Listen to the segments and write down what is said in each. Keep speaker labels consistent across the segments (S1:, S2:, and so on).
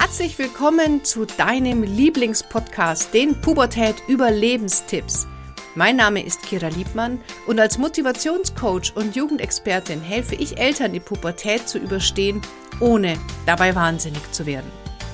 S1: Herzlich willkommen zu deinem Lieblingspodcast, den Pubertät-Überlebenstipps. Mein Name ist Kira Liebmann und als Motivationscoach und Jugendexpertin helfe ich Eltern, die Pubertät zu überstehen, ohne dabei wahnsinnig zu werden.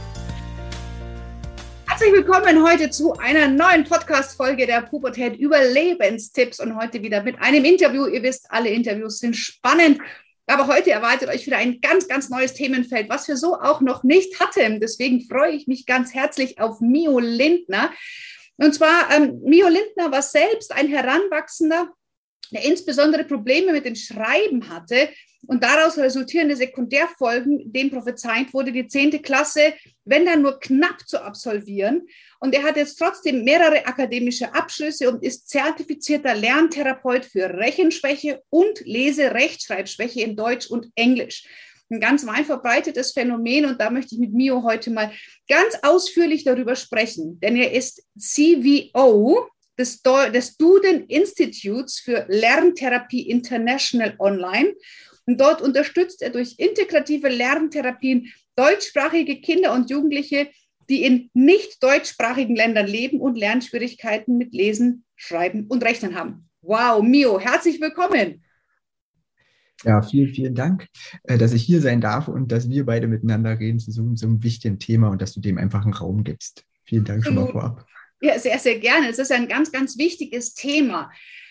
S1: Herzlich willkommen heute zu einer neuen Podcast-Folge der Pubertät-Überlebenstipps und heute wieder mit einem Interview. Ihr wisst, alle Interviews sind spannend. Aber heute erwartet euch wieder ein ganz, ganz neues Themenfeld, was wir so auch noch nicht hatten. Deswegen freue ich mich ganz herzlich auf Mio Lindner. Und zwar, Mio Lindner war selbst ein Heranwachsender, der insbesondere Probleme mit dem Schreiben hatte und daraus resultierende Sekundärfolgen, dem prophezeit wurde, die 10. Klasse, wenn dann nur knapp zu absolvieren. Und er hat jetzt trotzdem mehrere akademische Abschlüsse und ist zertifizierter Lerntherapeut für Rechenschwäche und Lese-Rechtschreibschwäche in Deutsch und Englisch. Ein ganz weit verbreitetes Phänomen und da möchte ich mit Mio heute mal ganz ausführlich darüber sprechen, denn er ist CVO des Student Institutes für Lerntherapie International Online und dort unterstützt er durch integrative Lerntherapien deutschsprachige Kinder und Jugendliche, die in nicht deutschsprachigen Ländern leben und Lernschwierigkeiten mit Lesen, Schreiben und Rechnen haben. Wow, Mio, herzlich willkommen.
S2: Ja, vielen, vielen Dank, dass ich hier sein darf und dass wir beide miteinander reden zu so einem wichtigen Thema und dass du dem einfach einen Raum gibst. Vielen Dank schon mal vorab.
S1: Ja, sehr, sehr gerne. Es ist ein ganz, ganz wichtiges Thema.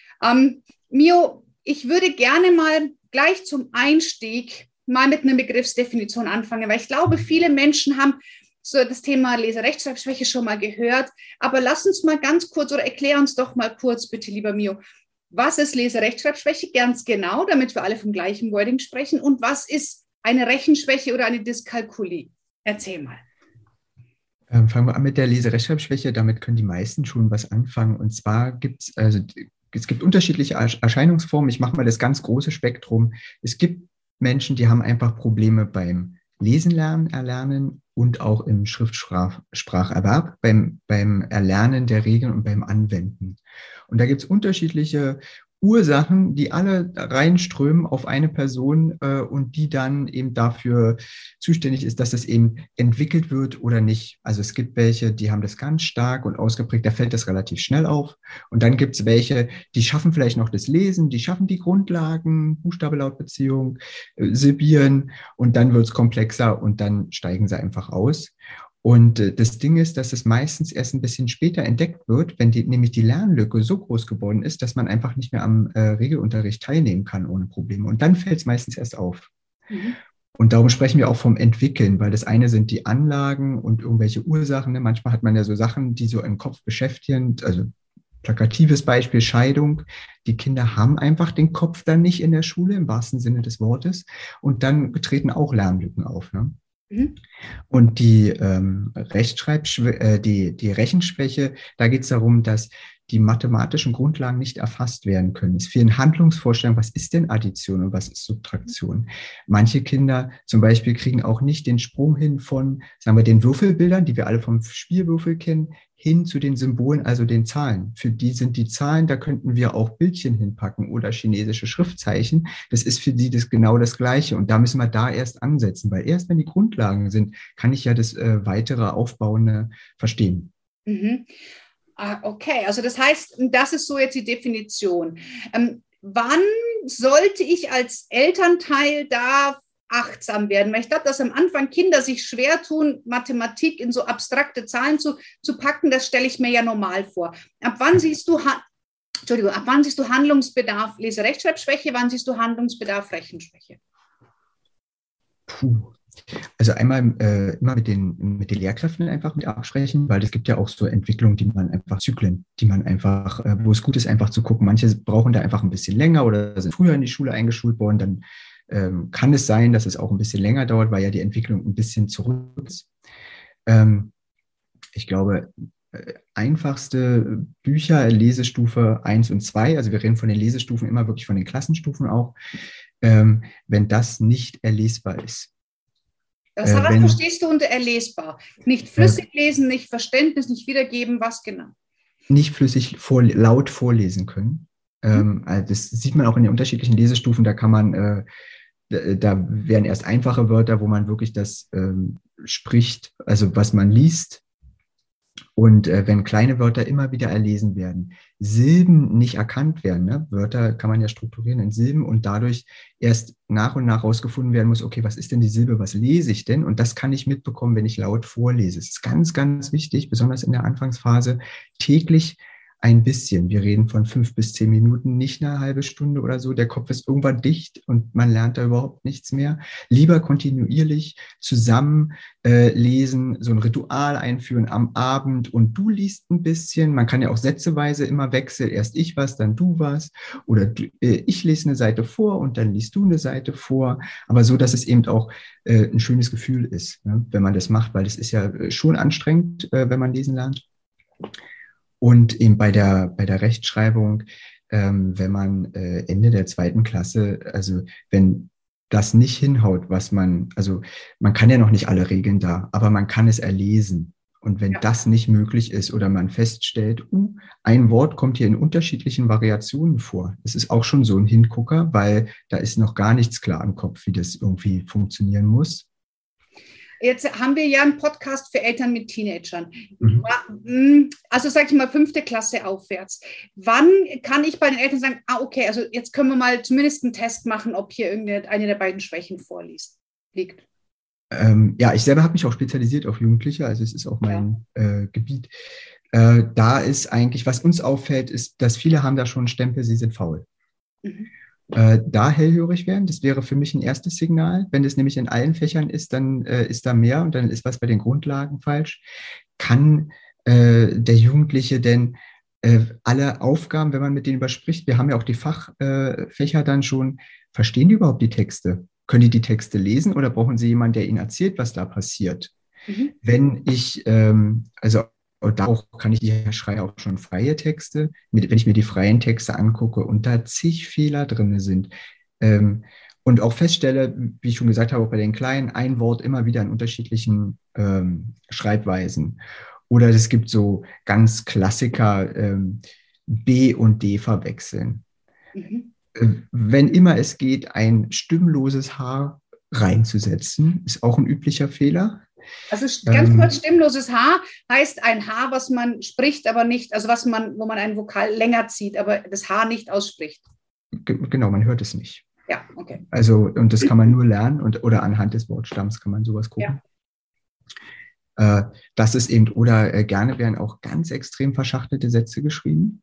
S1: Mio, ich würde gerne mal gleich zum Einstieg mal mit einer Begriffsdefinition anfangen, weil ich glaube, viele Menschen haben so das Thema Lese-Rechtschreibschwäche schon mal gehört. Aber lass uns mal ganz kurz oder erklär uns doch mal kurz, bitte, lieber Mio, was ist Lese-Rechtschreibschwäche ganz genau, damit wir alle vom gleichen Wording sprechen? Und was ist eine Rechenschwäche oder eine Dyskalkulie? Erzähl mal.
S2: Fangen wir an mit der Lese-Rechtschreibschwäche. Damit können die meisten schon was anfangen. Und zwar es gibt unterschiedliche Erscheinungsformen. Ich mache mal das ganz große Spektrum. Es gibt Menschen, die haben einfach Probleme beim Lesen lernen, erlernen und auch im Schriftspracherwerb, beim Erlernen der Regeln und beim Anwenden. Und da gibt es unterschiedliche Ursachen, die alle reinströmen auf eine Person und die dann eben dafür zuständig ist, dass es eben entwickelt wird oder nicht. Also es gibt welche, die haben das ganz stark und ausgeprägt, da fällt das relativ schnell auf. Und dann gibt es welche, die schaffen vielleicht noch das Lesen, die schaffen die Grundlagen, Buchstabe-Laut-Beziehung, Silbieren und dann wird es komplexer und dann steigen sie einfach aus. Und das Ding ist, dass es meistens erst ein bisschen später entdeckt wird, wenn nämlich die Lernlücke so groß geworden ist, dass man einfach nicht mehr am Regelunterricht teilnehmen kann ohne Probleme. Und dann fällt es meistens erst auf. Mhm. Und darum sprechen wir auch vom Entwickeln, weil das eine sind die Anlagen und irgendwelche Ursachen. Ne? Manchmal hat man ja so Sachen, die so im Kopf beschäftigen, also plakatives Beispiel Scheidung. Die Kinder haben einfach den Kopf dann nicht in der Schule, im wahrsten Sinne des Wortes. Und dann treten auch Lernlücken auf, ne? Und die die Rechenschwäche, da geht es darum, dass die mathematischen Grundlagen nicht erfasst werden können. Es fehlen Handlungsvorstellungen, was ist denn Addition und was ist Subtraktion. Manche Kinder zum Beispiel kriegen auch nicht den Sprung hin von, sagen wir, den Würfelbildern, die wir alle vom Spielwürfel kennen, hin zu den Symbolen, also den Zahlen. Für die sind die Zahlen, da könnten wir auch Bildchen hinpacken oder chinesische Schriftzeichen. Das ist für die genau das Gleiche. Und da müssen wir da erst ansetzen, weil erst wenn die Grundlagen sind, kann ich ja das weitere Aufbauende verstehen.
S1: Mhm. Okay, also das heißt, das ist so jetzt die Definition. Wann sollte ich als Elternteil da achtsam werden? Weil ich glaube, dass am Anfang Kinder sich schwer tun, Mathematik in so abstrakte Zahlen zu packen, das stelle ich mir ja normal vor. Ab wann siehst du Handlungsbedarf Lese-Rechtschreibschwäche, wann siehst du Handlungsbedarf Rechenschwäche?
S2: Also einmal immer mit den Lehrkräften einfach mit absprechen, weil es gibt ja auch so Entwicklungen, Zyklen, die man einfach, wo es gut ist, einfach zu gucken. Manche brauchen da einfach ein bisschen länger oder sind früher in die Schule eingeschult worden, dann kann es sein, dass es auch ein bisschen länger dauert, weil ja die Entwicklung ein bisschen zurück ist. Ich glaube, einfachste Bücher, Lesestufe 1 und 2, also wir reden von den Lesestufen immer wirklich von den Klassenstufen auch, wenn das nicht erlesbar ist.
S1: Was verstehst du unter erlesbar? Nicht flüssig lesen, nicht Verständnis, nicht wiedergeben, was genau?
S2: Nicht flüssig laut vorlesen können. Also das sieht man auch in den unterschiedlichen Lesestufen, da kann man da werden erst einfache Wörter, wo man wirklich das spricht, also was man liest. Und wenn kleine Wörter immer wieder erlesen werden, Silben nicht erkannt werden, ne? Wörter kann man ja strukturieren in Silben und dadurch erst nach und nach rausgefunden werden muss, okay, was ist denn die Silbe, was lese ich denn? Und das kann ich mitbekommen, wenn ich laut vorlese. Es ist ganz, ganz wichtig, besonders in der Anfangsphase, täglich ein bisschen. Wir reden von 5 bis 10 Minuten, nicht eine halbe Stunde oder so. Der Kopf ist irgendwann dicht und man lernt da überhaupt nichts mehr. Lieber kontinuierlich zusammen lesen, so ein Ritual einführen am Abend und du liest ein bisschen. Man kann ja auch sätzeweise immer wechseln. Erst ich was, dann du was. Oder ich lese eine Seite vor und dann liest du eine Seite vor. Aber so, dass es eben auch ein schönes Gefühl ist, ne, wenn man das macht, weil es ist ja schon anstrengend, wenn man lesen lernt. Und eben bei der Rechtschreibung, wenn man Ende der 2. Klasse, also wenn das nicht hinhaut, also man kann ja noch nicht alle Regeln da, aber man kann es erlesen. Und wenn das nicht möglich ist oder man feststellt, ein Wort kommt hier in unterschiedlichen Variationen vor, das ist auch schon so ein Hingucker, weil da ist noch gar nichts klar im Kopf, wie das irgendwie funktionieren muss.
S1: Jetzt haben wir ja einen Podcast für Eltern mit Teenagern. Also sage ich mal 5. Klasse aufwärts. Wann kann ich bei den Eltern sagen, okay, also jetzt können wir mal zumindest einen Test machen, ob hier irgendeine der beiden Schwächen liegt?
S2: Ja, ich selber habe mich auch spezialisiert auf Jugendliche, also es ist auch mein Gebiet. Da ist eigentlich, was uns auffällt, ist, dass viele haben da schon einen Stempel, sie sind faul. Da hellhörig werden, das wäre für mich ein erstes Signal. Wenn das nämlich in allen Fächern ist, dann ist da mehr und dann ist was bei den Grundlagen falsch. Kann der Jugendliche denn alle Aufgaben, wenn man mit denen überspricht, wir haben ja auch die Fachfächer dann schon, verstehen die überhaupt die Texte? Können die Texte lesen oder brauchen sie jemanden, der ihnen erzählt, was da passiert? Wenn ich, und da auch kann ich die schreibe auch schon freie Texte, wenn ich mir die freien Texte angucke und da zig Fehler drin sind und auch feststelle, wie ich schon gesagt habe, auch bei den Kleinen, ein Wort immer wieder in unterschiedlichen Schreibweisen. Oder es gibt so ganz Klassiker, B und D verwechseln. Wenn immer es geht, ein stimmloses H reinzusetzen, ist auch ein üblicher Fehler.
S1: Also ganz kurz, stimmloses H heißt ein H, was man spricht, aber nicht, also wo man ein Vokal länger zieht, aber das H nicht ausspricht.
S2: Genau, man hört es nicht.
S1: Ja, okay.
S2: Also, und das kann man nur lernen oder anhand des Wortstamms kann man sowas gucken. Ja. Das ist eben, oder gerne werden auch ganz extrem verschachtelte Sätze geschrieben.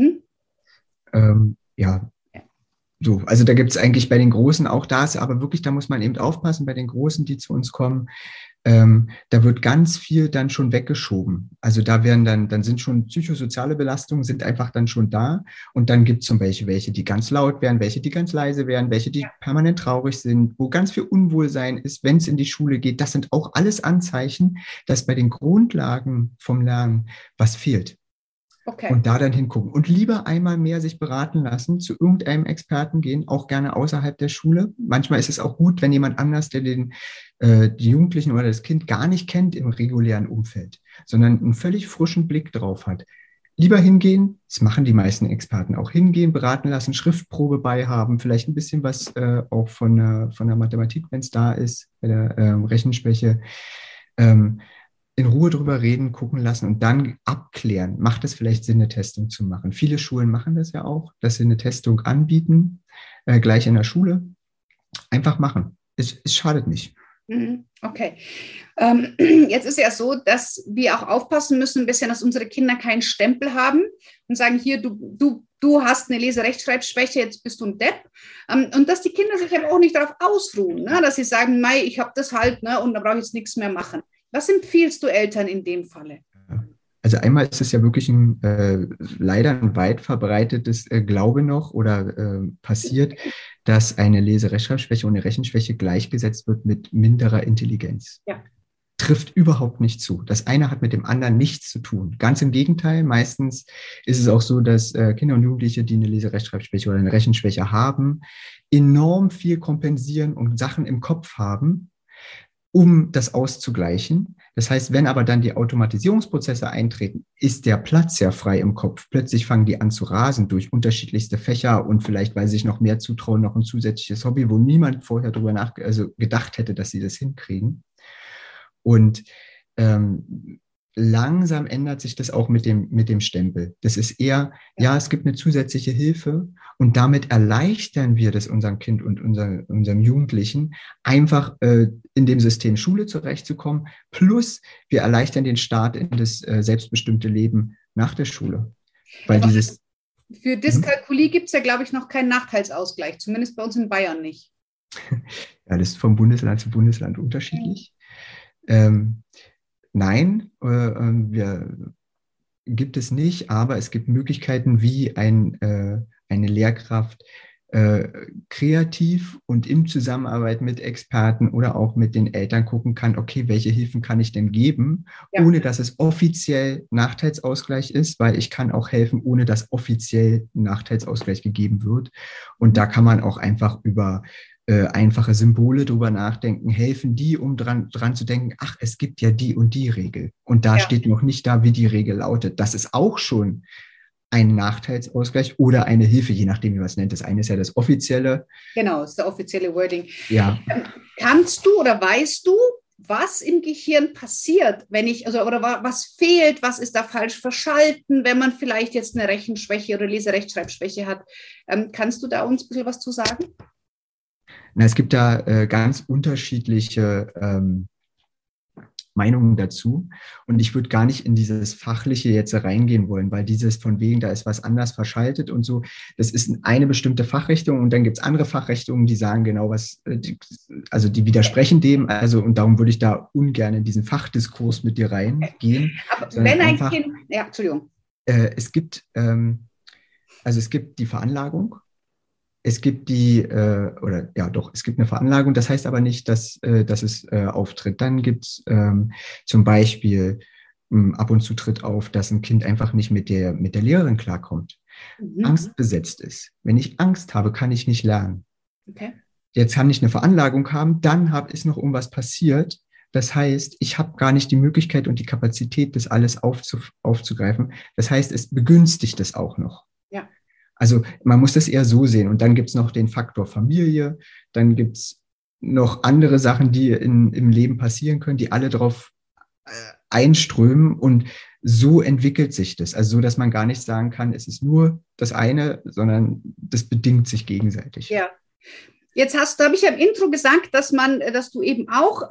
S2: So, also da gibt es eigentlich bei den Großen auch das, aber wirklich, da muss man eben aufpassen, bei den Großen, die zu uns kommen, da wird ganz viel dann schon weggeschoben. Also da werden dann sind schon psychosoziale Belastungen, sind einfach dann schon da. Und dann gibt es zum Beispiel welche, die ganz laut werden, welche, die ganz leise werden, welche, die permanent traurig sind, wo ganz viel Unwohlsein ist, wenn es in die Schule geht. Das sind auch alles Anzeichen, dass bei den Grundlagen vom Lernen was fehlt. Okay. Und da dann hingucken. Und lieber einmal mehr sich beraten lassen, zu irgendeinem Experten gehen, auch gerne außerhalb der Schule. Manchmal ist es auch gut, wenn jemand anders, der die Jugendlichen oder das Kind gar nicht kennt im regulären Umfeld, sondern einen völlig frischen Blick drauf hat. Lieber hingehen, das machen die meisten Experten auch, hingehen, beraten lassen, Schriftprobe beihaben, vielleicht ein bisschen was auch von der Mathematik, wenn es da ist, bei der Rechenschwäche, in Ruhe drüber reden, gucken lassen und dann abklären, macht es vielleicht Sinn, eine Testung zu machen. Viele Schulen machen das ja auch, dass sie eine Testung anbieten, gleich in der Schule. Einfach machen. Es schadet nicht.
S1: Okay. Jetzt ist ja so, dass wir auch aufpassen müssen, ein bisschen, dass unsere Kinder keinen Stempel haben und sagen, hier, du hast eine Leserechtschreibschwäche, jetzt bist du ein Depp. Und dass die Kinder sich aber auch nicht darauf ausruhen, ne? Dass sie sagen, Mei, ich habe das halt, ne, und da brauche ich jetzt nichts mehr machen. Was empfiehlst du Eltern in dem Falle?
S2: Also einmal ist es ja wirklich leider ein weit verbreitetes Glaube noch oder passiert, dass eine Leserechtschreibschwäche und eine Rechenschwäche gleichgesetzt wird mit minderer Intelligenz. Ja. Trifft überhaupt nicht zu. Das eine hat mit dem anderen nichts zu tun. Ganz im Gegenteil, meistens ist es auch so, dass Kinder und Jugendliche, die eine Leserechtschreibschwäche oder eine Rechenschwäche haben, enorm viel kompensieren und Sachen im Kopf haben, um das auszugleichen. Das heißt, wenn aber dann die Automatisierungsprozesse eintreten, ist der Platz ja frei im Kopf. Plötzlich fangen die an zu rasen durch unterschiedlichste Fächer und vielleicht, weil sie sich noch mehr zutrauen, noch ein zusätzliches Hobby, wo niemand vorher drüber gedacht hätte, dass sie das hinkriegen. Und langsam ändert sich das auch mit dem Stempel. Das ist eher, ja, es gibt eine zusätzliche Hilfe und damit erleichtern wir das unserem Kind und unserem Jugendlichen, einfach in dem System Schule zurechtzukommen. Plus wir erleichtern den Start in das selbstbestimmte Leben nach der Schule. Weil
S1: für Dyskalkulie gibt es ja, glaube ich, noch keinen Nachteilsausgleich, zumindest bei uns in Bayern nicht.
S2: Ja, das ist vom Bundesland zu Bundesland unterschiedlich. Nein, gibt es nicht, aber es gibt Möglichkeiten, wie eine Lehrkraft kreativ und in Zusammenarbeit mit Experten oder auch mit den Eltern gucken kann, okay, welche Hilfen kann ich denn geben, ohne dass es offiziell Nachteilsausgleich ist, weil ich kann auch helfen, ohne dass offiziell Nachteilsausgleich gegeben wird. Und da kann man auch einfach über einfache Symbole drüber nachdenken, helfen die, um dran zu denken, ach, es gibt ja die und die Regel. Und da steht noch nicht da, wie die Regel lautet. Das ist auch schon ein Nachteilsausgleich oder eine Hilfe, je nachdem, wie man es nennt. Das eine ist ja das offizielle.
S1: Genau, das ist der offizielle Wording.
S2: Ja.
S1: Kannst du oder weißt du, was im Gehirn passiert, oder was fehlt, was ist da falsch verschalten, wenn man vielleicht jetzt eine Rechenschwäche oder Leserechtschreibschwäche hat? Kannst du da uns ein bisschen was zu sagen?
S2: Na, es gibt da ganz unterschiedliche Meinungen dazu. Und ich würde gar nicht in dieses Fachliche jetzt reingehen wollen, weil dieses von wegen, da ist was anders verschaltet und so, das ist eine bestimmte Fachrichtung und dann gibt es andere Fachrichtungen, die sagen genau was, die widersprechen dem, und darum würde ich da ungern in diesen Fachdiskurs mit dir reingehen.
S1: Aber wenn ein Kind, Entschuldigung.
S2: Es gibt die Veranlagung. Es gibt es gibt eine Veranlagung, das heißt aber nicht, dass es auftritt. Dann gibt es zum Beispiel ab und zu tritt auf, dass ein Kind einfach nicht mit der Lehrerin klarkommt, angstbesetzt ist. Wenn ich Angst habe, kann ich nicht lernen.
S1: Okay.
S2: Jetzt kann ich eine Veranlagung haben, dann ist noch irgendwas passiert. Das heißt, ich habe gar nicht die Möglichkeit und die Kapazität, das alles aufzugreifen. Das heißt, es begünstigt es auch noch.
S1: Ja.
S2: Also man muss das eher so sehen. Und dann gibt es noch den Faktor Familie, dann gibt es noch andere Sachen, die im Leben passieren können, die alle darauf einströmen. Und so entwickelt sich das. Also so, dass man gar nicht sagen kann, es ist nur das eine, sondern das bedingt sich gegenseitig.
S1: Ja. Jetzt habe ich ja im Intro gesagt, dass du eben auch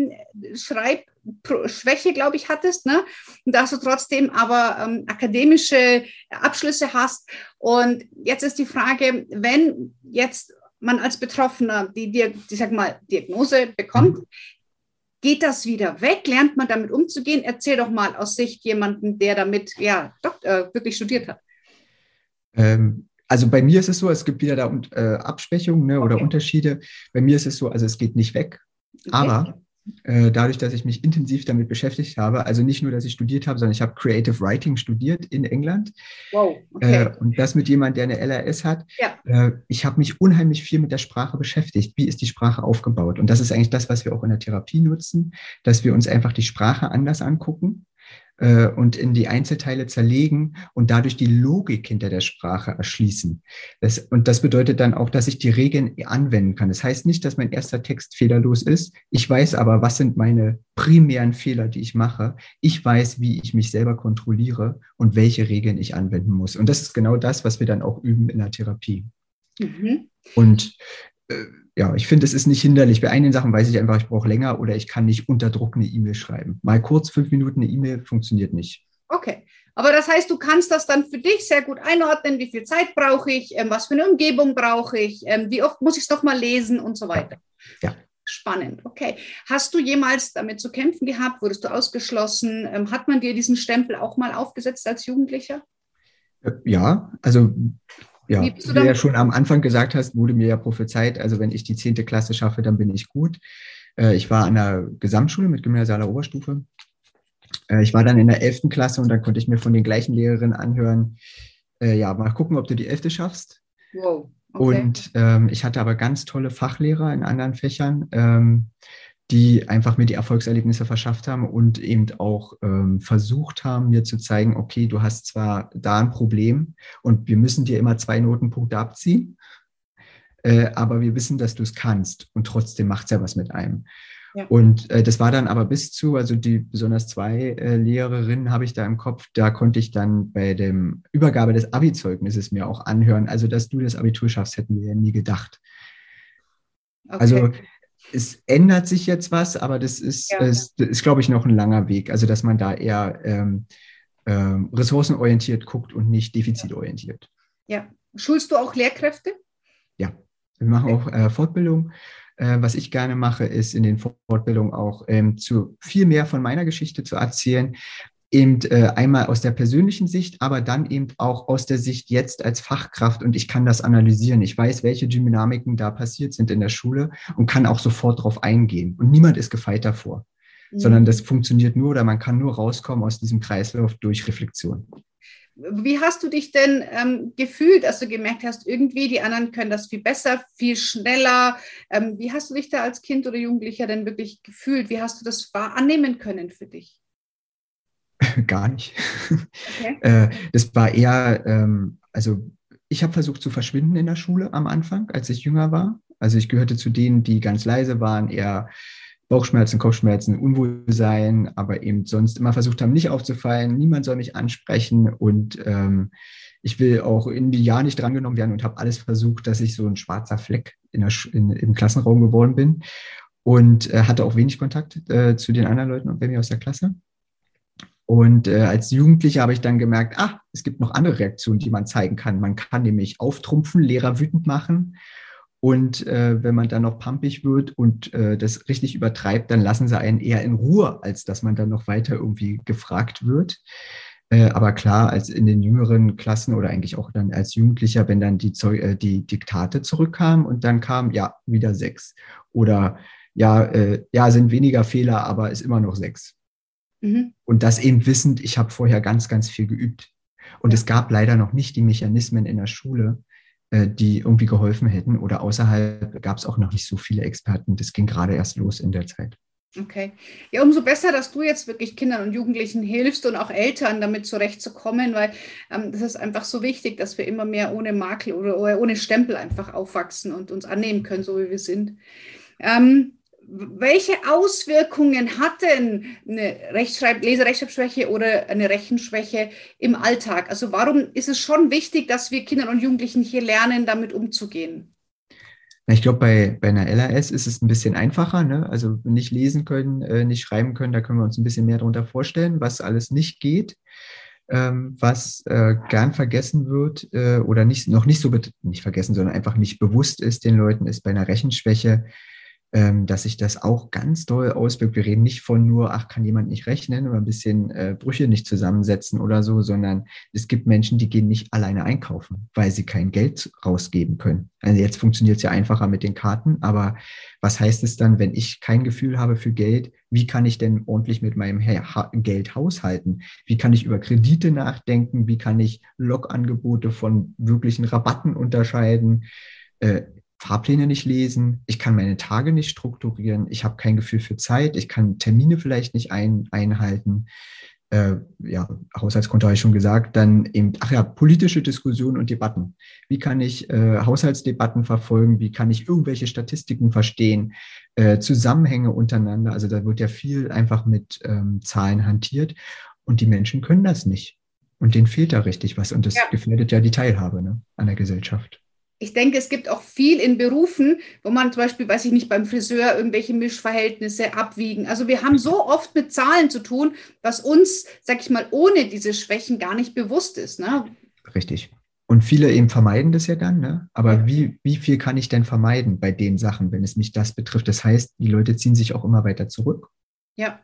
S1: Schreibschwäche, glaube ich, hattest, ne? Und dass du trotzdem aber akademische Abschlüsse hast. Und jetzt ist die Frage, wenn jetzt man als Betroffener die Diagnose bekommt, geht das wieder weg? Lernt man damit umzugehen? Erzähl doch mal aus Sicht jemanden, der damit wirklich studiert hat.
S2: Also bei mir ist es so, es gibt wieder da Abschwächungen oder Unterschiede. Bei mir ist es so, also es geht nicht weg, aber dadurch, dass ich mich intensiv damit beschäftigt habe, also nicht nur, dass ich studiert habe, sondern ich habe Creative Writing studiert in England.
S1: Wow, okay.
S2: Und das mit jemandem, der eine LRS hat. Ja. Ich habe mich unheimlich viel mit der Sprache beschäftigt. Wie ist die Sprache aufgebaut? Und das ist eigentlich das, was wir auch in der Therapie nutzen, dass wir uns einfach die Sprache anders angucken und in die Einzelteile zerlegen und dadurch die Logik hinter der Sprache erschließen. Und das bedeutet dann auch, dass ich die Regeln anwenden kann. Das heißt nicht, dass mein erster Text fehlerlos ist. Ich weiß aber, was sind meine primären Fehler, die ich mache. Ich weiß, wie ich mich selber kontrolliere und welche Regeln ich anwenden muss. Und das ist genau das, was wir dann auch üben in der Therapie. Mhm. Und ich finde, es ist nicht hinderlich. Bei einigen Sachen weiß ich einfach, ich brauche länger oder ich kann nicht unter Druck eine E-Mail schreiben. Mal kurz 5 Minuten eine E-Mail funktioniert nicht.
S1: Okay, aber das heißt, du kannst das dann für dich sehr gut einordnen, wie viel Zeit brauche ich, was für eine Umgebung brauche ich, wie oft muss ich es doch mal lesen und so weiter.
S2: Ja.
S1: Spannend, okay. Hast du jemals damit zu kämpfen gehabt? Wurdest du ausgeschlossen? Hat man dir diesen Stempel auch mal aufgesetzt als Jugendlicher?
S2: Ja, also ja, wie du ja schon am Anfang gesagt hast, wurde mir ja prophezeit, also wenn ich die 10. Klasse schaffe, dann bin ich gut. Ich war an der Gesamtschule mit gymnasialer Oberstufe. Ich war dann in der 11. Klasse und dann konnte ich mir von den gleichen Lehrerinnen anhören, mal gucken, ob du die 11. schaffst.
S1: Wow, okay.
S2: Und ich hatte aber ganz tolle Fachlehrer in anderen Fächern, die einfach mir die Erfolgserlebnisse verschafft haben und eben auch versucht haben, mir zu zeigen, okay, du hast zwar da ein Problem und wir müssen dir immer 2 Notenpunkte abziehen, aber wir wissen, dass du es kannst und trotzdem macht es ja was mit einem.
S1: Ja.
S2: Und das war dann aber also die besonders zwei Lehrerinnen habe ich da im Kopf, da konnte ich dann bei dem Übergabe des Abi-Zeugnisses mir auch anhören, also dass du das Abitur schaffst, hätten wir ja nie gedacht.
S1: Okay.
S2: Also es ändert sich jetzt was, aber
S1: Ja.
S2: das ist, glaube ich, noch ein langer Weg. Also dass man da eher ressourcenorientiert guckt und nicht defizitorientiert.
S1: Ja. Schulst du auch Lehrkräfte?
S2: Ja, wir machen auch Fortbildung. Was ich gerne mache, ist in den Fortbildungen auch zu viel mehr von meiner Geschichte zu erzählen. Eben einmal aus der persönlichen Sicht, aber dann eben auch aus der Sicht jetzt als Fachkraft und ich kann das analysieren. Ich weiß, welche Dynamiken da passiert sind in der Schule und kann auch sofort darauf eingehen. Und niemand ist gefeit davor, sondern das funktioniert nur oder man kann nur rauskommen aus diesem Kreislauf durch Reflexion.
S1: Wie hast du dich denn gefühlt, als du gemerkt hast, irgendwie die anderen können das viel besser, viel schneller? Wie hast du dich da als Kind oder Jugendlicher denn wirklich gefühlt? Wie hast du das annehmen können für dich?
S2: Gar nicht.
S1: Okay.
S2: Das war eher, also ich habe versucht zu verschwinden in der Schule am Anfang, als ich jünger war. Also ich gehörte zu denen, die ganz leise waren, eher Bauchschmerzen, Kopfschmerzen, Unwohlsein, aber eben sonst immer versucht haben, nicht aufzufallen. Niemand soll mich ansprechen und ich will auch in die Jahr nicht drangenommen werden und habe alles versucht, dass ich so ein schwarzer Fleck im Klassenraum geworden bin und hatte auch wenig Kontakt zu den anderen Leuten und bei mir aus der Klasse. Und als Jugendlicher habe ich dann gemerkt, es gibt noch andere Reaktionen, die man zeigen kann. Man kann nämlich auftrumpfen, Lehrer wütend machen. Und wenn man dann noch pampig wird und das richtig übertreibt, dann lassen sie einen eher in Ruhe, als dass man dann noch weiter irgendwie gefragt wird. Aber klar, als in den jüngeren Klassen oder eigentlich auch dann als Jugendlicher, wenn dann die Diktate zurückkamen und dann kam, ja, wieder 6. Oder ja, sind weniger Fehler, aber ist immer noch 6.
S1: Mhm.
S2: Und das eben wissend, ich habe vorher ganz, ganz viel geübt. Und
S1: Ja.
S2: es gab leider noch nicht die Mechanismen in der Schule, die irgendwie geholfen hätten. Oder außerhalb gab es auch noch nicht so viele Experten. Das ging gerade erst los in der Zeit.
S1: Okay. Ja, umso besser, dass du jetzt wirklich Kindern und Jugendlichen hilfst und auch Eltern damit zurechtzukommen, weil das ist einfach so wichtig, dass wir immer mehr ohne Makel oder ohne Stempel einfach aufwachsen und uns annehmen können, so wie wir sind. Welche Auswirkungen hat denn eine Leserechtschreibschwäche oder eine Rechenschwäche im Alltag? Also warum ist es schon wichtig, dass wir Kindern und Jugendlichen hier lernen, damit umzugehen?
S2: Ich glaube, bei einer LAS ist es ein bisschen einfacher. Ne? Also nicht lesen können, nicht schreiben können, da können wir uns ein bisschen mehr darunter vorstellen, was alles nicht geht, was gern vergessen wird oder noch nicht so, nicht vergessen, sondern einfach nicht bewusst ist den Leuten, ist bei einer Rechenschwäche, dass sich das auch ganz doll auswirkt. Wir reden nicht von nur, kann jemand nicht rechnen oder ein bisschen Brüche nicht zusammensetzen oder so, sondern es gibt Menschen, die gehen nicht alleine einkaufen, weil sie kein Geld rausgeben können. Also jetzt funktioniert es ja einfacher mit den Karten, aber was heißt es dann, wenn ich kein Gefühl habe für Geld? Wie kann ich denn ordentlich mit meinem Geld haushalten? Wie kann ich über Kredite nachdenken? Wie kann ich Logangebote von wirklichen Rabatten unterscheiden? Fahrpläne nicht lesen, ich kann meine Tage nicht strukturieren, ich habe kein Gefühl für Zeit, ich kann Termine vielleicht nicht einhalten. Ja, Haushaltskonto habe ich schon gesagt, dann eben, politische Diskussionen und Debatten. Wie kann ich Haushaltsdebatten verfolgen? Wie kann ich irgendwelche Statistiken verstehen? Zusammenhänge untereinander. Also da wird ja viel einfach mit Zahlen hantiert und die Menschen können das nicht. Und denen fehlt da richtig was und das
S1: Ja.
S2: gefährdet ja die Teilhabe, ne, an der Gesellschaft.
S1: Ich denke, es gibt auch viel in Berufen, wo man zum Beispiel, weiß ich nicht, beim Friseur irgendwelche Mischverhältnisse abwiegen. Also wir haben so oft mit Zahlen zu tun, was uns, sag ich mal, ohne diese Schwächen gar nicht bewusst ist. Ne?
S2: Richtig. Und viele eben vermeiden das ja dann, ne?
S1: Ja.
S2: Aber wie viel kann ich denn vermeiden bei den Sachen, wenn es mich das betrifft? Das heißt, die Leute ziehen sich auch immer weiter zurück.
S1: Ja.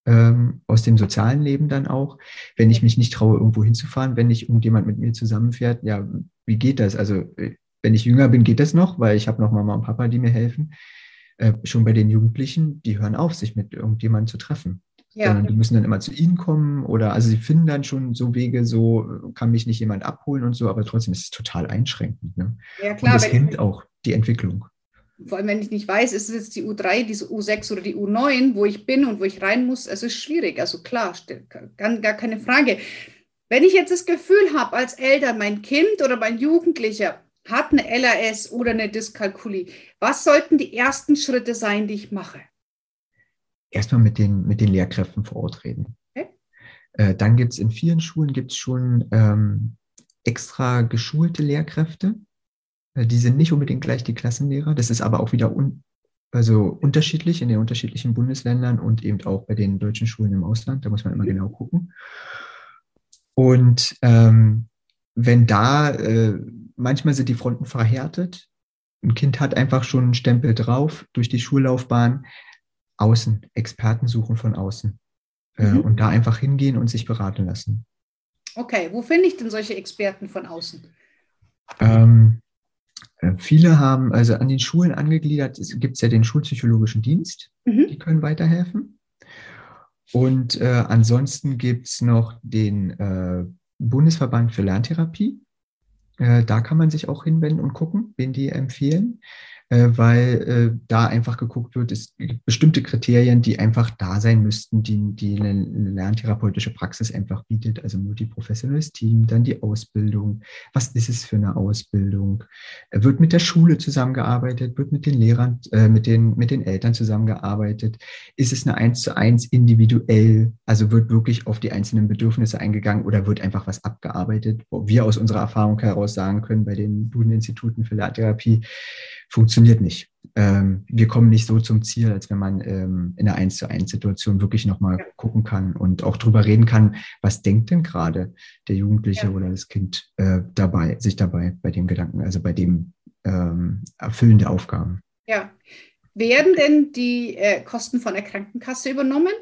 S2: Aus dem sozialen Leben dann auch. Wenn ich mich nicht traue, irgendwo hinzufahren, wenn nicht irgendjemand mit mir zusammenfährt, ja, wie geht das? Also, wenn ich jünger bin, geht das noch, weil ich habe noch Mama und Papa, die mir helfen. Schon bei den Jugendlichen, die hören auf, sich mit irgendjemandem zu treffen.
S1: Ja.
S2: Sondern die müssen dann immer zu ihnen kommen oder also sie finden dann schon so Wege, so kann mich nicht jemand abholen und so, aber trotzdem ist es total einschränkend. Ne?
S1: Ja,
S2: Und
S1: klar,
S2: es hemmt auch die Entwicklung.
S1: vor allem, wenn ich nicht weiß, ist es jetzt die U3, die U6 oder die U9, wo ich bin und wo ich rein muss, es ist schwierig. Also klar, gar keine Frage. Wenn ich jetzt das Gefühl habe, als Eltern, mein Kind oder mein Jugendlicher hat eine LAS oder eine Dyskalkulie, was sollten die ersten Schritte sein, die ich mache?
S2: Erstmal mit den Lehrkräften vor Ort reden.
S1: Okay.
S2: Dann gibt es in vielen Schulen gibt's schon extra geschulte Lehrkräfte. Die sind nicht unbedingt gleich die Klassenlehrer. Das ist aber auch wieder also unterschiedlich in den unterschiedlichen Bundesländern und eben auch bei den deutschen Schulen im Ausland. Da muss man immer genau gucken. Und wenn da, manchmal sind die Fronten verhärtet. Ein Kind hat einfach schon einen Stempel drauf durch die Schullaufbahn. Außen, Experten suchen von außen. Und da einfach hingehen und sich beraten lassen.
S1: Okay, wo finde ich denn solche Experten von außen?
S2: Viele haben, also an den Schulen angegliedert, gibt es ja den Schulpsychologischen Dienst, die können weiterhelfen. Und ansonsten gibt es noch den Bundesverband für Lerntherapie. Da kann man sich auch hinwenden und gucken, wen die empfehlen, weil da einfach geguckt wird, es gibt bestimmte Kriterien, die einfach da sein müssten, die eine lerntherapeutische Praxis einfach bietet, also multiprofessionelles Team, dann die Ausbildung. Was ist es für eine Ausbildung? Wird mit der Schule zusammengearbeitet? Wird mit den Lehrern, mit den Eltern zusammengearbeitet? Ist es eine 1:1 individuell? Also wird wirklich auf die einzelnen Bedürfnisse eingegangen oder wird einfach was abgearbeitet, wo wir aus unserer Erfahrung heraus sagen können, bei den Duden-Instituten für Lerntherapie, funktioniert nicht. Wir kommen nicht so zum Ziel, als wenn man in einer 1:1-Situation wirklich nochmal gucken kann und auch drüber reden kann, was denkt denn gerade der Jugendliche oder das Kind sich dabei bei dem Gedanken, also bei dem Erfüllen der Aufgaben.
S1: Ja. Werden denn die Kosten von der Krankenkasse übernommen?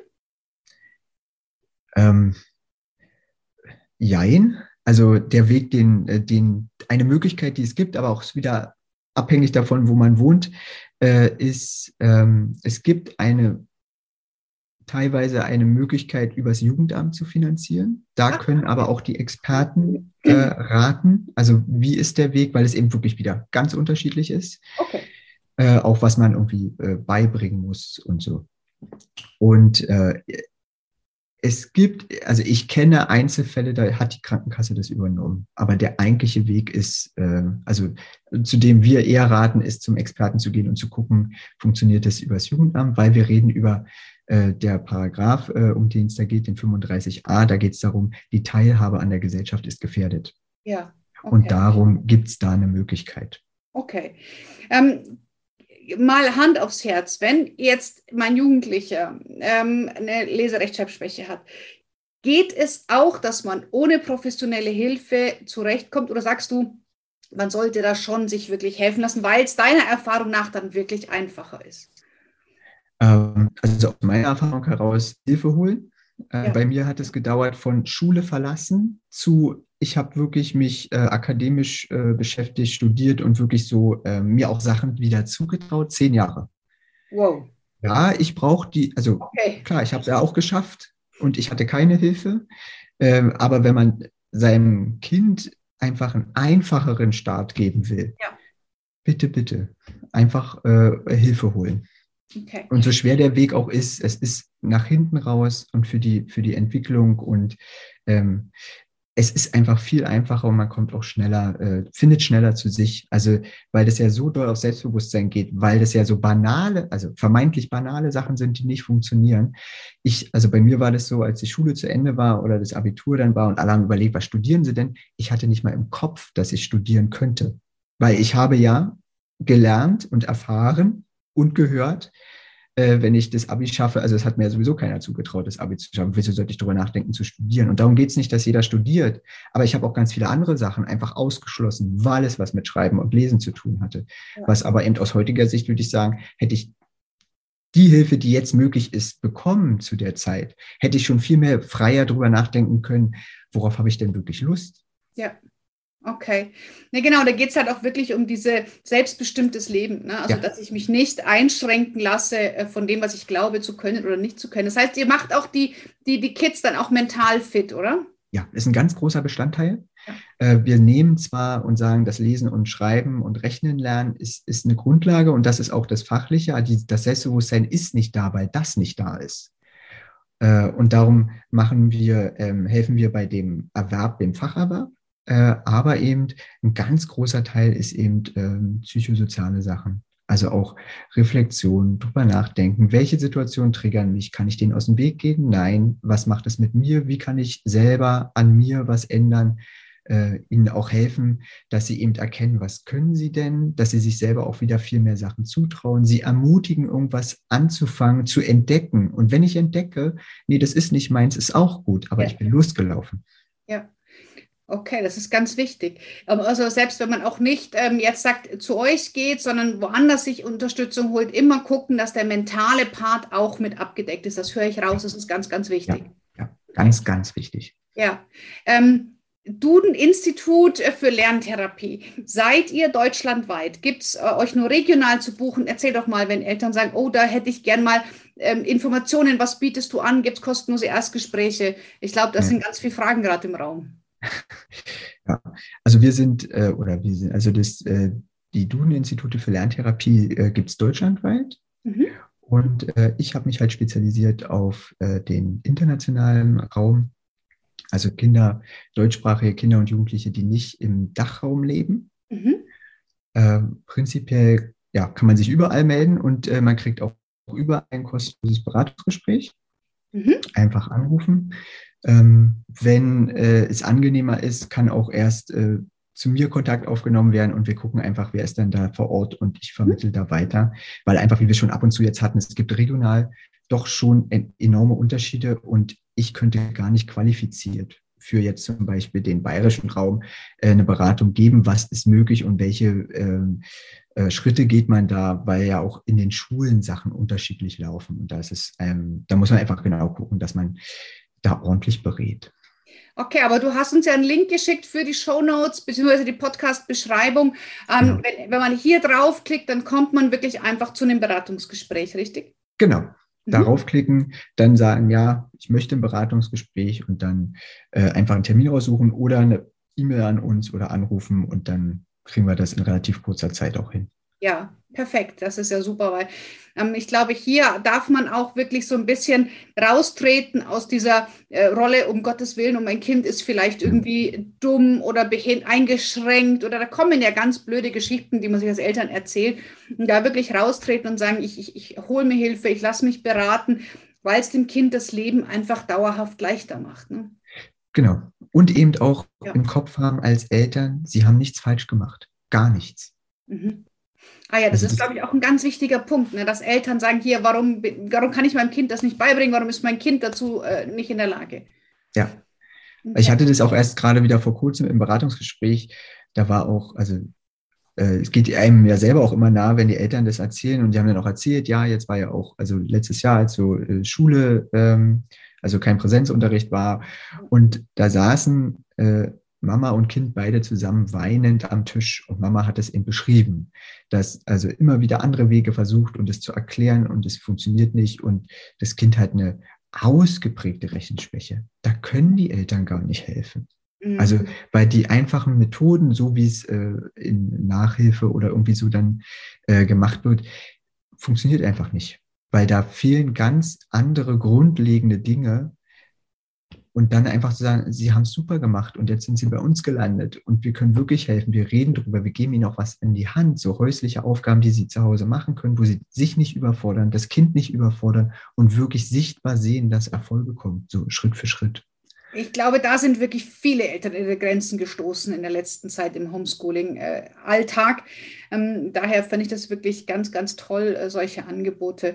S2: Jein. Also der Weg, eine Möglichkeit, die es gibt, aber auch wieder abhängig davon, wo man wohnt, ist, es gibt teilweise eine Möglichkeit, übers Jugendamt zu finanzieren. Da können aber auch die Experten raten, also wie ist der Weg, weil es eben wirklich wieder ganz unterschiedlich ist.
S1: Okay.
S2: Auch was man irgendwie beibringen muss und so. Und also ich kenne Einzelfälle, da hat die Krankenkasse das übernommen. Aber der eigentliche Weg ist, also zu dem wir eher raten, ist zum Experten zu gehen und zu gucken, funktioniert das übers Jugendamt, weil wir reden über der Paragraph, um den es da geht, den 35a, da geht es darum, die Teilhabe an der Gesellschaft ist gefährdet.
S1: Ja. Okay.
S2: Und darum gibt es da eine Möglichkeit.
S1: Okay. Mal Hand aufs Herz, wenn jetzt mein Jugendlicher eine Leserechtschreibschwäche hat, geht es auch, dass man ohne professionelle Hilfe zurechtkommt oder sagst du, man sollte da schon sich wirklich helfen lassen, weil es deiner Erfahrung nach dann wirklich einfacher ist?
S2: Also aus meiner Erfahrung heraus Hilfe holen.
S1: Ja.
S2: Bei mir hat es gedauert von Schule verlassen zu, ich habe wirklich mich akademisch beschäftigt, studiert und wirklich so mir auch Sachen wieder zugetraut, 10 Jahre.
S1: Wow.
S2: Ja, ich brauche klar, ich habe es ja auch geschafft und ich hatte keine Hilfe. Aber wenn man seinem Kind einfach einen einfacheren Start geben will, bitte, bitte, einfach Hilfe holen. Okay. Und so schwer der Weg auch ist, es ist nach hinten raus und für die Entwicklung und es ist einfach viel einfacher und man kommt auch schneller, findet schneller zu sich. Also, weil das ja so doll auf Selbstbewusstsein geht, weil das ja so also vermeintlich banale Sachen sind, die nicht funktionieren. Also bei mir war das so, als die Schule zu Ende war oder das Abitur dann war und alle haben überlegt, was studieren sie denn? Ich hatte nicht mal im Kopf, dass ich studieren könnte. Weil ich habe ja gelernt und erfahren und gehört, wenn ich das Abi schaffe, also es hat mir ja sowieso keiner zugetraut, das Abi zu schaffen. Wieso sollte ich darüber nachdenken, zu studieren? Und darum geht es nicht, dass jeder studiert. Aber ich habe auch ganz viele andere Sachen einfach ausgeschlossen, weil es was mit Schreiben und Lesen zu tun hatte. Ja. Was aber eben aus heutiger Sicht, würde ich sagen, hätte ich die Hilfe, die jetzt möglich ist, bekommen zu der Zeit, hätte ich schon viel mehr freier darüber nachdenken können, worauf habe ich denn wirklich Lust?
S1: Ja. Okay. Ne, genau, da geht es halt auch wirklich um diese selbstbestimmtes Leben. Ne? Also, dass ich mich nicht einschränken lasse von dem, was ich glaube zu können oder nicht zu können. Das heißt, ihr macht auch die Kids dann auch mental fit, oder?
S2: Ja, ist ein ganz großer Bestandteil. Ja. Wir nehmen zwar und sagen, das Lesen und Schreiben und Rechnen lernen ist eine Grundlage und das ist auch das Fachliche. Das Selbstbewusstsein ist nicht da, weil das nicht da ist. Und darum helfen wir bei dem Erwerb, dem Facherwerb. Aber eben ein ganz großer Teil ist eben psychosoziale Sachen. Also auch Reflexion, drüber nachdenken, welche Situationen triggern mich? Kann ich denen aus dem Weg gehen? Nein. Was macht es mit mir? Wie kann ich selber an mir was ändern? Ihnen auch helfen, dass sie eben erkennen, was können sie denn, dass sie sich selber auch wieder viel mehr Sachen zutrauen, sie ermutigen, irgendwas anzufangen, zu entdecken. Und wenn ich entdecke, nee, das ist nicht meins, ist auch gut, aber
S1: Ja.
S2: ich bin losgelaufen.
S1: Ja. Okay, das ist ganz wichtig. Also selbst wenn man auch nicht jetzt sagt, zu euch geht, sondern woanders sich Unterstützung holt, immer gucken, dass der mentale Part auch mit abgedeckt ist. Das höre ich raus, das ist ganz, ganz wichtig.
S2: Ja, ganz, ganz wichtig.
S1: Ja. Duden-Institut für Lerntherapie. Seid ihr deutschlandweit? Gibt es euch nur regional zu buchen? Erzähl doch mal, wenn Eltern sagen, oh, da hätte ich gern mal Informationen, was bietest du an? Gibt es kostenlose Erstgespräche? Ich glaube, das sind ganz viele Fragen gerade im Raum.
S2: Ja, also die Duden-Institute für Lerntherapie gibt es deutschlandweit. Und ich habe mich halt spezialisiert auf den internationalen Raum, also deutschsprachige Kinder und Jugendliche, die nicht im Dachraum leben. Prinzipiell kann man sich überall melden und man kriegt auch überall ein kostenloses Beratungsgespräch. Einfach anrufen. Wenn es angenehmer ist, kann auch erst zu mir Kontakt aufgenommen werden und wir gucken einfach, wer ist dann da vor Ort und ich vermittle da weiter, weil einfach, wie wir schon ab und zu jetzt hatten, es gibt regional doch schon enorme Unterschiede und ich könnte gar nicht qualifiziert für jetzt zum Beispiel den bayerischen Raum eine Beratung geben, was ist möglich und welche Schritte geht man da, weil ja auch in den Schulen Sachen unterschiedlich laufen. Und da muss man einfach genau gucken, dass man da ordentlich berät. Okay, aber du hast uns ja einen Link geschickt für die Shownotes bzw. die Podcast-Beschreibung. Genau. Wenn man hier draufklickt, dann kommt man wirklich einfach zu einem Beratungsgespräch, richtig? Genau. Darauf klicken, dann sagen, ja, ich möchte ein Beratungsgespräch und dann einfach einen Termin raussuchen oder eine E-Mail an uns oder anrufen und dann kriegen wir das in relativ kurzer Zeit auch hin. Ja, perfekt. Das ist ja super, weil ich glaube, hier darf man auch wirklich so ein bisschen raustreten aus dieser Rolle, um Gottes Willen, und mein Kind ist vielleicht irgendwie dumm oder eingeschränkt oder da kommen ja ganz blöde Geschichten, die man sich als Eltern erzählt. Und da wirklich raustreten und sagen, ich hole mir Hilfe, ich lasse mich beraten, weil es dem Kind das Leben einfach dauerhaft leichter macht. Ne? Genau. Und eben auch im Kopf haben als Eltern, sie haben nichts falsch gemacht. Gar nichts. Ah ja, das ist, glaube ich, auch ein ganz wichtiger Punkt, ne? Dass Eltern sagen, hier, warum kann ich meinem Kind das nicht beibringen? Warum ist mein Kind dazu nicht in der Lage? Ja, ich hatte das auch erst gerade wieder vor kurzem im Beratungsgespräch. Da war auch, es geht einem ja selber auch immer nah, wenn die Eltern das erzählen. Und die haben dann auch erzählt, ja, jetzt war ja auch, also letztes Jahr, als so Schule, also kein Präsenzunterricht war. Und da saßen Mama und Kind beide zusammen weinend am Tisch und Mama hat es eben beschrieben, dass also immer wieder andere Wege versucht und es zu erklären und es funktioniert nicht und das Kind hat eine ausgeprägte Rechenschwäche. Da können die Eltern gar nicht helfen. Also bei die einfachen Methoden, so wie es in Nachhilfe oder irgendwie so dann gemacht wird, funktioniert einfach nicht, weil da fehlen ganz andere grundlegende Dinge. Und dann einfach zu sagen, sie haben es super gemacht und jetzt sind sie bei uns gelandet und wir können wirklich helfen. Wir reden darüber, wir geben ihnen auch was in die Hand, so häusliche Aufgaben, die sie zu Hause machen können, wo sie sich nicht überfordern, das Kind nicht überfordern und wirklich sichtbar sehen, dass Erfolge kommen, so Schritt für Schritt. Ich glaube, da sind wirklich viele Eltern in die Grenzen gestoßen in der letzten Zeit im Homeschooling-Alltag. Daher finde ich das wirklich ganz, ganz toll, solche Angebote.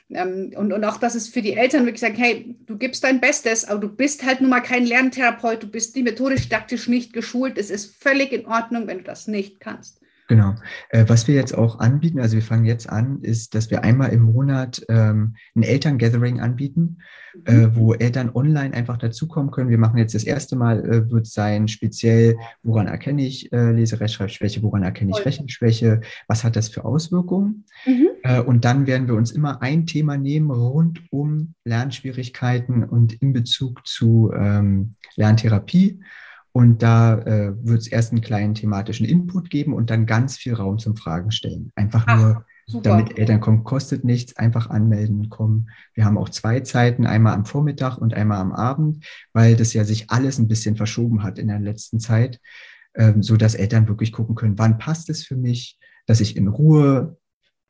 S2: Und auch, dass es für die Eltern wirklich sagen, hey, du gibst dein Bestes, aber du bist halt nun mal kein Lerntherapeut, du bist die methodisch-didaktisch nicht geschult. Es ist völlig in Ordnung, wenn du das nicht kannst. Genau. Was wir jetzt auch anbieten, also wir fangen jetzt an, ist, dass wir einmal im Monat ein Elterngathering anbieten, wo Eltern online einfach dazukommen können. Wir machen jetzt das erste Mal, wird sein speziell, woran erkenne ich Lese-Rechtschreibschwäche, woran erkenne ich Rechenschwäche, was hat das für Auswirkungen? Und dann werden wir uns immer ein Thema nehmen rund um Lernschwierigkeiten und in Bezug zu Lerntherapie. Und da wird es erst einen kleinen thematischen Input geben und dann ganz viel Raum zum Fragen stellen. Einfach nur, damit Eltern kommen, kostet nichts, einfach anmelden, kommen. Wir haben auch 2 Zeiten, einmal am Vormittag und einmal am Abend, weil das ja sich alles ein bisschen verschoben hat in der letzten Zeit, so dass Eltern wirklich gucken können, wann passt es für mich, dass ich in Ruhe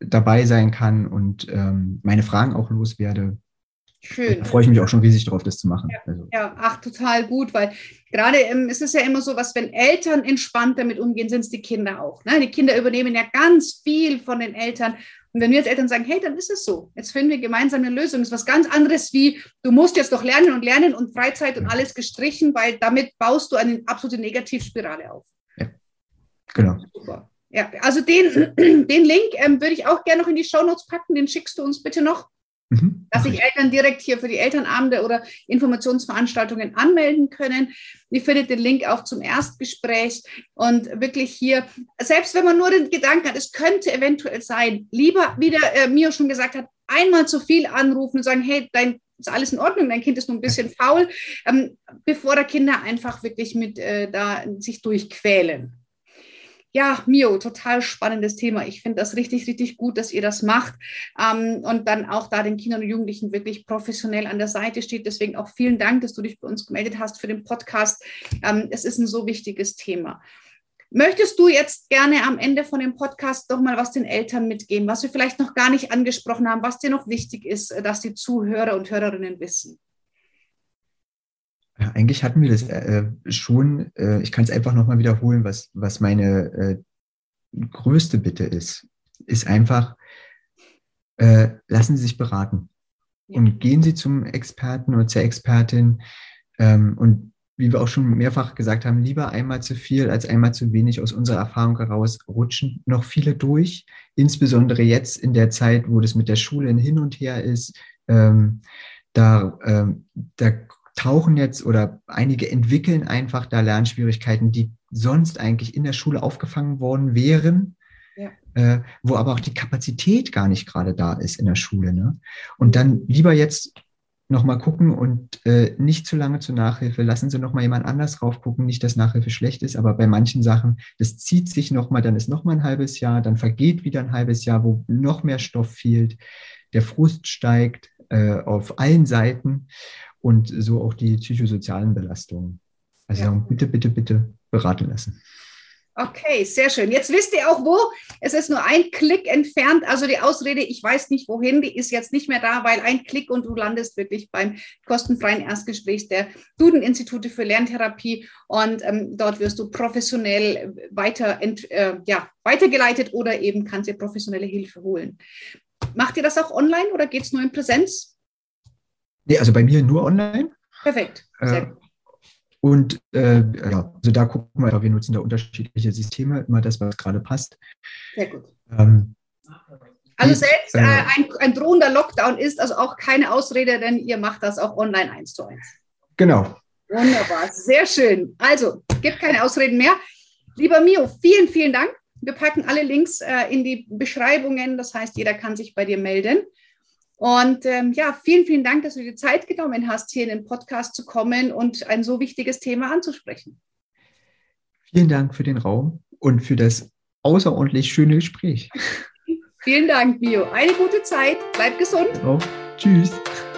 S2: dabei sein kann und meine Fragen auch loswerde.
S1: Schön.
S2: Da freue ich mich auch schon riesig drauf, das zu machen.
S1: Ja,
S2: also.
S1: ja, ach, total gut, weil gerade es ist ja immer so, was, wenn Eltern entspannt damit umgehen, sind es die Kinder auch. Ne? Die Kinder übernehmen ja ganz viel von den Eltern. Und wenn wir als Eltern sagen, hey, dann ist es so. Jetzt finden wir gemeinsam eine Lösung. Das ist was ganz anderes wie, du musst jetzt doch lernen und Freizeit und alles gestrichen, weil damit baust du eine absolute Negativspirale auf.
S2: Ja, genau.
S1: Super. Ja, also den Link würde ich auch gerne noch in die Shownotes packen. Den schickst du uns bitte noch. Dass sich Eltern direkt hier für die Elternabende oder Informationsveranstaltungen anmelden können. Ihr findet den Link auch zum Erstgespräch und wirklich hier, selbst wenn man nur den Gedanken hat, es könnte eventuell sein, lieber, wie der Mio schon gesagt hat, einmal zu viel anrufen und sagen, hey, ist alles in Ordnung, dein Kind ist nur ein bisschen faul, bevor da Kinder einfach wirklich mit da sich durchquälen. Ja, Mio, total spannendes Thema. Ich finde das richtig, richtig gut, dass ihr das macht und dann auch da den Kindern und Jugendlichen wirklich professionell an der Seite steht. Deswegen auch vielen Dank, dass du dich bei uns gemeldet hast für den Podcast. Es ist ein so wichtiges Thema. Möchtest du jetzt gerne am Ende von dem Podcast noch mal was den Eltern mitgeben, was wir vielleicht noch gar nicht angesprochen haben, was dir noch wichtig ist, dass die Zuhörer und Hörerinnen wissen?
S2: Ja, eigentlich hatten wir das schon. Ich kann es einfach nochmal wiederholen, was meine größte Bitte ist einfach, lassen Sie sich beraten und gehen Sie zum Experten oder zur Expertin und wie wir auch schon mehrfach gesagt haben, lieber einmal zu viel als einmal zu wenig. Aus unserer Erfahrung heraus rutschen noch viele durch, insbesondere jetzt in der Zeit, wo das mit der Schule hin und her ist. Da tauchen jetzt oder einige entwickeln einfach da Lernschwierigkeiten, die sonst eigentlich in der Schule aufgefangen worden wären, wo aber auch die Kapazität gar nicht gerade da ist in der Schule. Ne? Und dann lieber jetzt nochmal gucken und nicht zu lange zur Nachhilfe. Lassen Sie nochmal jemand anders drauf gucken. Nicht, dass Nachhilfe schlecht ist, aber bei manchen Sachen, das zieht sich nochmal, dann ist nochmal ein halbes Jahr, dann vergeht wieder ein halbes Jahr, wo noch mehr Stoff fehlt. Der Frust steigt auf allen Seiten. Und so auch die psychosozialen Belastungen. Also bitte, bitte, bitte beraten lassen.
S1: Okay, sehr schön. Jetzt wisst ihr auch wo. Es ist nur ein Klick entfernt. Also die Ausrede, ich weiß nicht wohin, die ist jetzt nicht mehr da, weil ein Klick und du landest wirklich beim kostenfreien Erstgespräch der Duden-Institute für Lerntherapie. Und dort wirst du professionell weitergeleitet oder eben kannst dir professionelle Hilfe holen. Macht ihr das auch online oder geht es nur in Präsenz?
S2: Nee, also bei mir nur online.
S1: Perfekt. Sehr gut.
S2: Und also da gucken wir nutzen da unterschiedliche Systeme, immer das, was gerade passt.
S1: Sehr gut. Also selbst ein drohender Lockdown ist also auch keine Ausrede, denn ihr macht das auch online 1:1.
S2: Genau.
S1: Wunderbar, sehr schön. Also, gibt keine Ausreden mehr. Lieber Mio, vielen, vielen Dank. Wir packen alle Links in die Beschreibungen, das heißt, jeder kann sich bei dir melden. Und vielen, vielen Dank, dass du dir die Zeit genommen hast, hier in den Podcast zu kommen und ein so wichtiges Thema anzusprechen.
S2: Vielen Dank für den Raum und für das außerordentlich schöne Gespräch.
S1: Vielen Dank, Mio. Eine gute Zeit. Bleib gesund.
S2: Tschüss.